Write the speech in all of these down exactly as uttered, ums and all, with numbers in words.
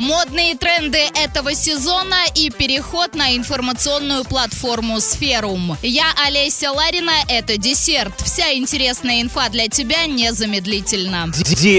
Модные тренды этого сезона и переход на информационную платформу Сферум. Я Олеся Ларина, это десерт. Вся интересная инфа для тебя незамедлительно.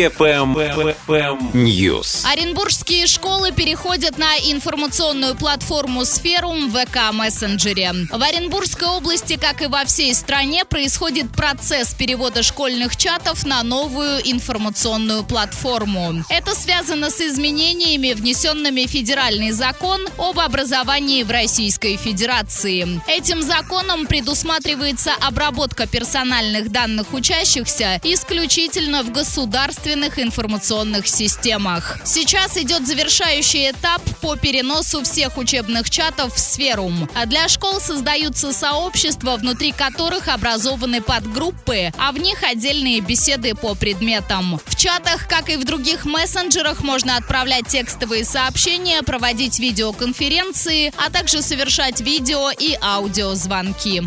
News. Оренбургские школы переходят на информационную платформу Сферум в ВК-мессенджере. В Оренбургской области, как и во всей стране, происходит процесс перевода школьных чатов на новую информационную платформу. Это связано с изменениями, внесенными в федеральный закон об образовании в Российской Федерации. Этим законом предусматривается обработка персональных данных учащихся исключительно в государственных информационных системах. Сейчас идет завершающий этап по переносу всех учебных чатов в Сферум. А для школ создаются сообщества, внутри которых образованы подгруппы, а в них отдельные беседы по предметам. В чатах, как и в других мессенджерах, можно отправлять текстовые сообщения, проводить видеоконференции, а также совершать видео и аудиозвонки.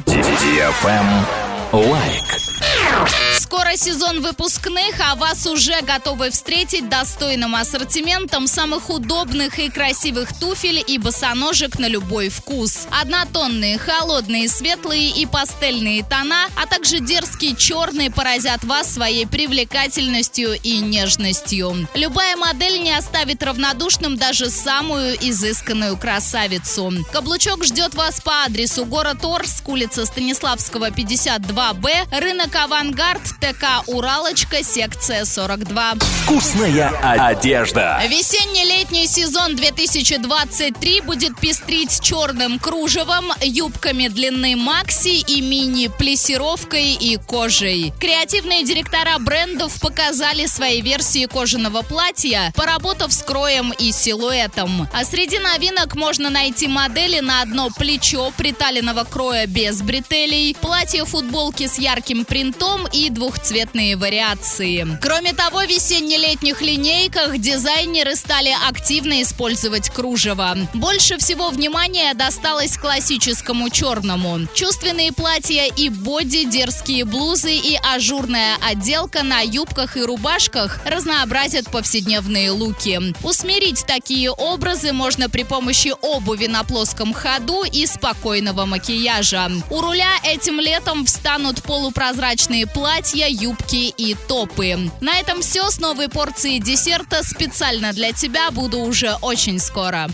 Лайк. Скоро сезон выпускных, а вас уже готовы встретить достойным ассортиментом самых удобных и красивых туфель и босоножек на любой вкус. Однотонные, холодные, светлые и пастельные тона, а также дерзкий черный поразят вас своей привлекательностью и нежностью. Любая модель не оставит равнодушным даже самую изысканную красавицу. Каблучок ждет вас по адресу город Орск, улица Станиславского, пятьдесят два Б, рынок Авангард, ТК «Уралочка», секция сорок два. Вкусная одежда. Весенне-летний сезон две тысячи двадцать три будет пестрить черным кружевом, юбками длины макси и мини, плессировкой и кожей. Креативные директора брендов показали свои версии кожаного платья, поработав с кроем и силуэтом. А среди новинок можно найти модели на одно плечо приталенного кроя без бретелей, платья-футболки с ярким принтом и двухцветные вариации. Кроме того, в весенне-летних линейках дизайнеры стали активно использовать кружево. Больше всего внимания досталось классическому черному. Чувственные платья и боди, дерзкие блузы и ажурная отделка на юбках и рубашках разнообразят повседневные луки. Усмирить такие образы можно при помощи обуви на плоском ходу и спокойного макияжа. У руля этим летом встанут полупрозрачные платья, юбки и топы. На этом все. С новой порцией десерта специально для тебя буду уже очень скоро.